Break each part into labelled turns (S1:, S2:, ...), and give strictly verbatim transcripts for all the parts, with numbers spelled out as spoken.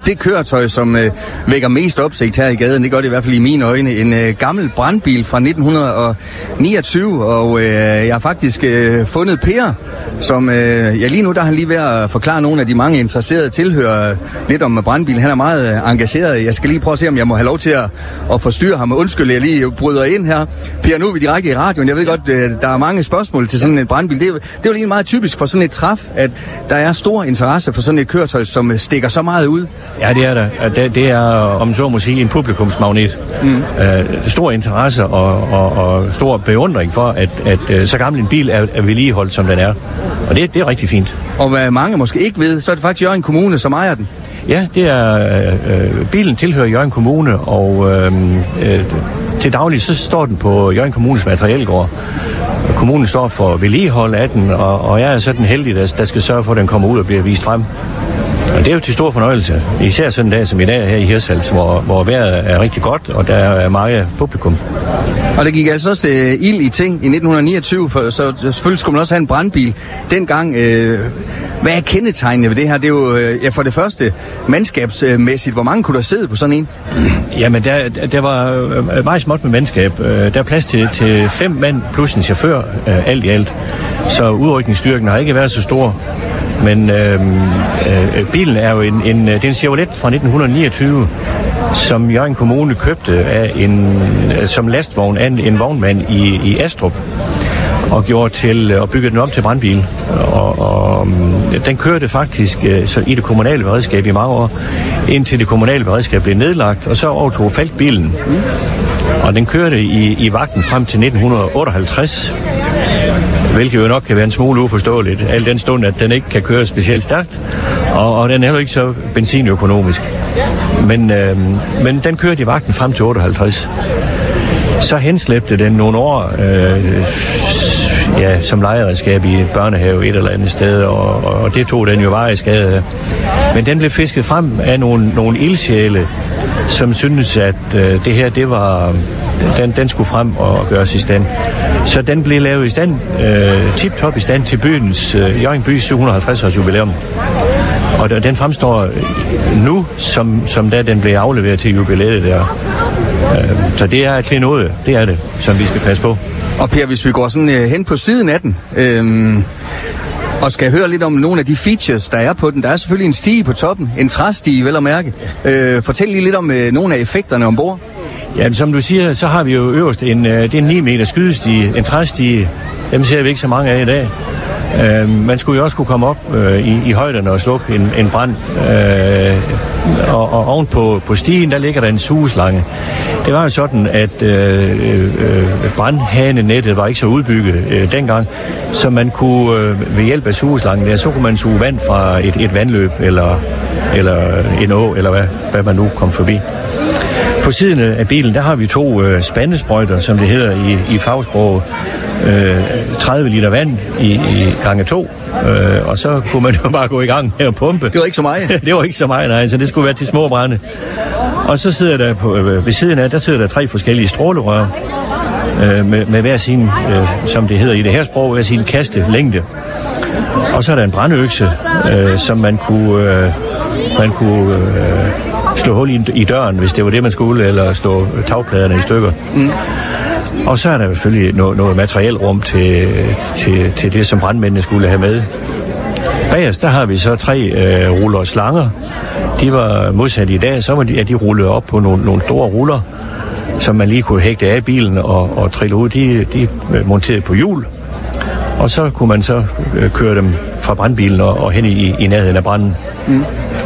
S1: Det køretøj, som øh, vækker mest opsigt her i gaden, det gør det i hvert fald i mine øjne, en øh, gammel brandbil fra nitten niogtyve, og øh, jeg har faktisk øh, fundet Per, som øh, ja, lige nu der er han lige ved at forklare nogle af de mange interesserede tilhører lidt om brandbilen. Han er meget øh, engageret. Jeg skal lige prøve at se, om jeg må have lov til at, at forstyrre ham. Undskyld, jeg lige bryder ind her. Per, nu er vi direkte i radioen. Jeg ved godt, øh, der er mange spørgsmål til sådan en brandbil. Det er, det er jo lige meget typisk for sådan et træf, at der er stor interesse for sådan et køretøj, som stikker så meget ud.
S2: Ja, det er der. Det, det er, om så må sige, en publikumsmagnet. Mm. Øh, stor interesse og, og, og stor beundring for, at, at så gammel en bil er, er vedligeholdt, som den er. Og det, det er rigtig fint.
S1: Og hvad mange måske ikke ved, så er det faktisk Hjørring Kommune, som ejer den.
S2: Ja, det er øh, bilen tilhører Hjørring Kommune, og øh, øh, til daglig så står den på Hjørring Kommunes materielgård. Kommunen står for vedligehold af den, og, og jeg er sådan heldig, der, der skal sørge for, at den kommer ud og bliver vist frem. Og det er jo til stor fornøjelse, især sådan en dag som i dag her i Hirtshals, hvor, hvor vejret er rigtig godt, og der er meget publikum.
S1: Og det gik altså også øh, ild i ting i nitten niogtyve, for, så selvfølgelig skulle man også have en brandbil. Dengang, øh, hvad er kendetegnene ved det her? Det er jo øh, ja, for det første mandskabsmæssigt. Hvor mange kunne der sidde på sådan en?
S2: Jamen, der, der var øh, meget småt med mandskab. Der er plads til, til fem mand plus en chauffør, øh, alt i alt. Så udrykningsstyrken har ikke været så stor. Men øh, øh, bilen er jo en, en, det er en Chevrolet fra nitten niogtyve, som Hjørring Kommune købte af en, som lastvogn af en, en vognmand i, i Astrup, og gjorde til og byggede den om til brandbil. Og, og den kørte faktisk så i det kommunale beredskab i mange år, indtil det kommunale beredskab blev nedlagt, og så overtog Falk-bilen. Og den kørte i, i vagten frem til nitten otteoghalvtreds. Hvilket jo nok kan være en smule uforståeligt, al den stund, at den ikke kan køre specielt stærkt, og, og den er heller ikke så benzinøkonomisk. Men, øh, men den kørte i vagten frem til otteoghalvtreds. Så henslæbte den nogle år øh, ja, som lejeredskab i børnehave et eller andet sted, og, og det tog den jo varig skade af. Men den blev fisket frem af nogle, nogle ildsjæle, som syntes, at øh, det her, det var, den, den skulle frem og gøres i stand. Så den blev lavet i stand, øh, tip-top i stand til byens, øh, Hjørring bys syv hundrede og halvtreds års jubilæum. Og der, den fremstår nu, som, som da den blev afleveret til jubilæet der. Øh, så det er et klenode, det er det, som vi skal passe på.
S1: Og Per, hvis vi går sådan øh, hen på siden af den, øh, og skal høre lidt om nogle af de features, der er på den. Der er selvfølgelig en stige på toppen, en træstige, vel at mærke. Øh, fortæl lige lidt om øh, nogle af effekterne ombord.
S2: Jamen, som du siger, så har vi jo øverst en, øh, det er en ni meter skydestige, en træstige. Dem ser vi ikke så mange af i dag. Øh, man skulle jo også kunne komme op øh, i, i højderne og slukke en, en brand. Øh, og, og oven på, på stigen, der ligger der en sugeslange. Det var jo sådan, at øh, øh, brandhanenettet var ikke så udbygget øh, dengang, så man kunne øh, ved hjælp af sugeslangen der, så kunne man suge vand fra et, et vandløb eller, eller en å, eller hvad, hvad man nu kom forbi. På siden af bilen, der har vi to øh, spandesprøjter, som det hedder i, i fagsproget. Øh, tredive liter vand i, i gange to, øh, og så kunne man jo bare gå i gang med at pumpe.
S1: Det var ikke så meget.
S2: Det var ikke så meget, nej, så det skulle være til små brande. Og så sidder der på, øh, ved siden af, der sidder der tre forskellige strålerør, øh, med, med hver sin, øh, som det hedder i det her sprog, hver sin kaste længde. Og så er der en brandøkse, øh, som man kunne, øh, man kunne øh, slå hul i, i døren, hvis det var det, man skulle, eller slå tagpladerne i stykker. Mm. Og så er der selvfølgelig noget, noget materielrum til, til, til det, som brandmændene skulle have med. Bagerst, der har vi så tre øh, ruller og slanger. De var modsat i dag, så var de, at de rullede op på nogle, nogle store ruller, som man lige kunne hægte af bilen og, og trille ud. De, de monterede på hjul, og så kunne man så øh, køre dem fra brandbilen og, og hen i, i nærheden af branden. Mm.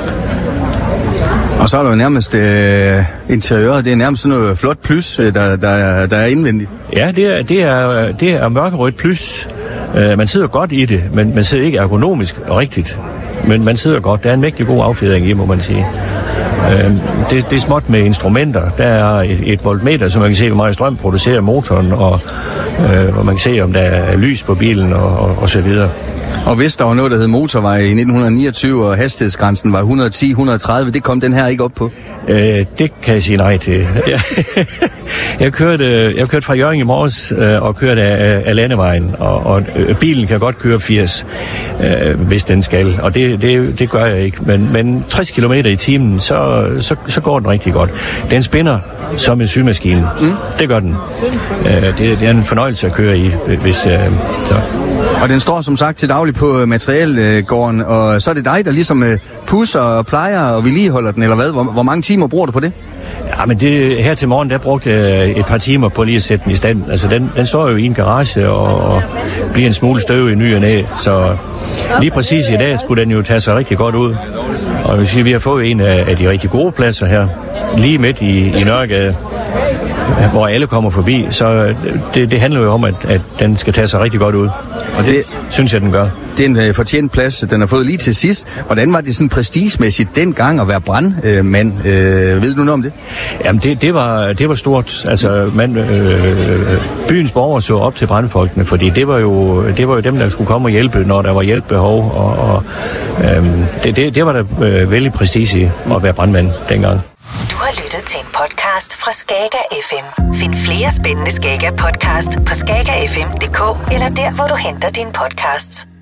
S1: Og så er der jo nærmest øh, interiøret, det er nærmest sådan noget flot plus, der, der, der er indvendigt.
S2: Ja, det er, det er, det er mørkerødt plus. Uh, man sidder godt i det, men man sidder ikke ergonomisk rigtigt. Men man sidder godt. Der er en mægtig god affjedring i, må man sige. Uh, det, det er småt med instrumenter. Der er et, et voltmeter, så man kan se, hvor meget strøm producerer motoren, og, uh, og man kan se, om der er lys på bilen, og, og, og så videre.
S1: Og hvis der var noget, der hed motorvej i nitten niogtyve, og hastighedsgrænsen var et hundrede og ti til et hundrede og tredive, det kom den her ikke op på?
S2: Øh, det kan jeg sige nej til. jeg, kørte, jeg kørte fra Hjørring i morges øh, og kørte af, af landevejen, og, og øh, bilen kan godt køre firs, øh, hvis den skal, og det, det, det gør jeg ikke. Men, men tres kilometer i timen, så, så, så går den rigtig godt. Den spinner som en symaskine. Mm. Det gør den. Øh, det, det er en fornøjelse at køre i, hvis... Øh, så.
S1: Og den står som sagt til daglig på materielgården, og så er det dig, der ligesom pusser og plejer og vedligeholder den, eller hvad? Hvor, hvor mange timer bruger du på det?
S2: Ja, men det, her til morgen, der brugte jeg et par timer på lige at sætte den i stand. Altså, den, den står jo i en garage og, og bliver en smule støv i ny og næ, så lige præcis i dag skulle den jo tage sig rigtig godt ud. Og hvis vi har fået en af, af de rigtig gode pladser her, lige midt i, i Nørregade, hvor alle kommer forbi, så det, det handler jo om, at, at den skal tage sig rigtig godt ud. Og det, det synes jeg, den gør.
S1: Det er en uh, fortjent plads, den har fået lige til sidst. Hvordan var det sådan prestigemæssigt dengang at være brandmand? Uh, uh, ved du noget om det?
S2: Jamen, det, det, var, det var stort. Altså, man, øh, byens borgere så op til brandfolkene, fordi det var, jo, det var jo dem, der skulle komme og hjælpe, når der var hjælpebehov. Og, og, øh, det, det, det var der øh, vældig prestige i at være brandmand dengang.
S3: Du har lyttet til en podcast fra Skager F M. Find flere spændende Skager podcast på skager f m punktum d k eller der, hvor du henter dine podcasts.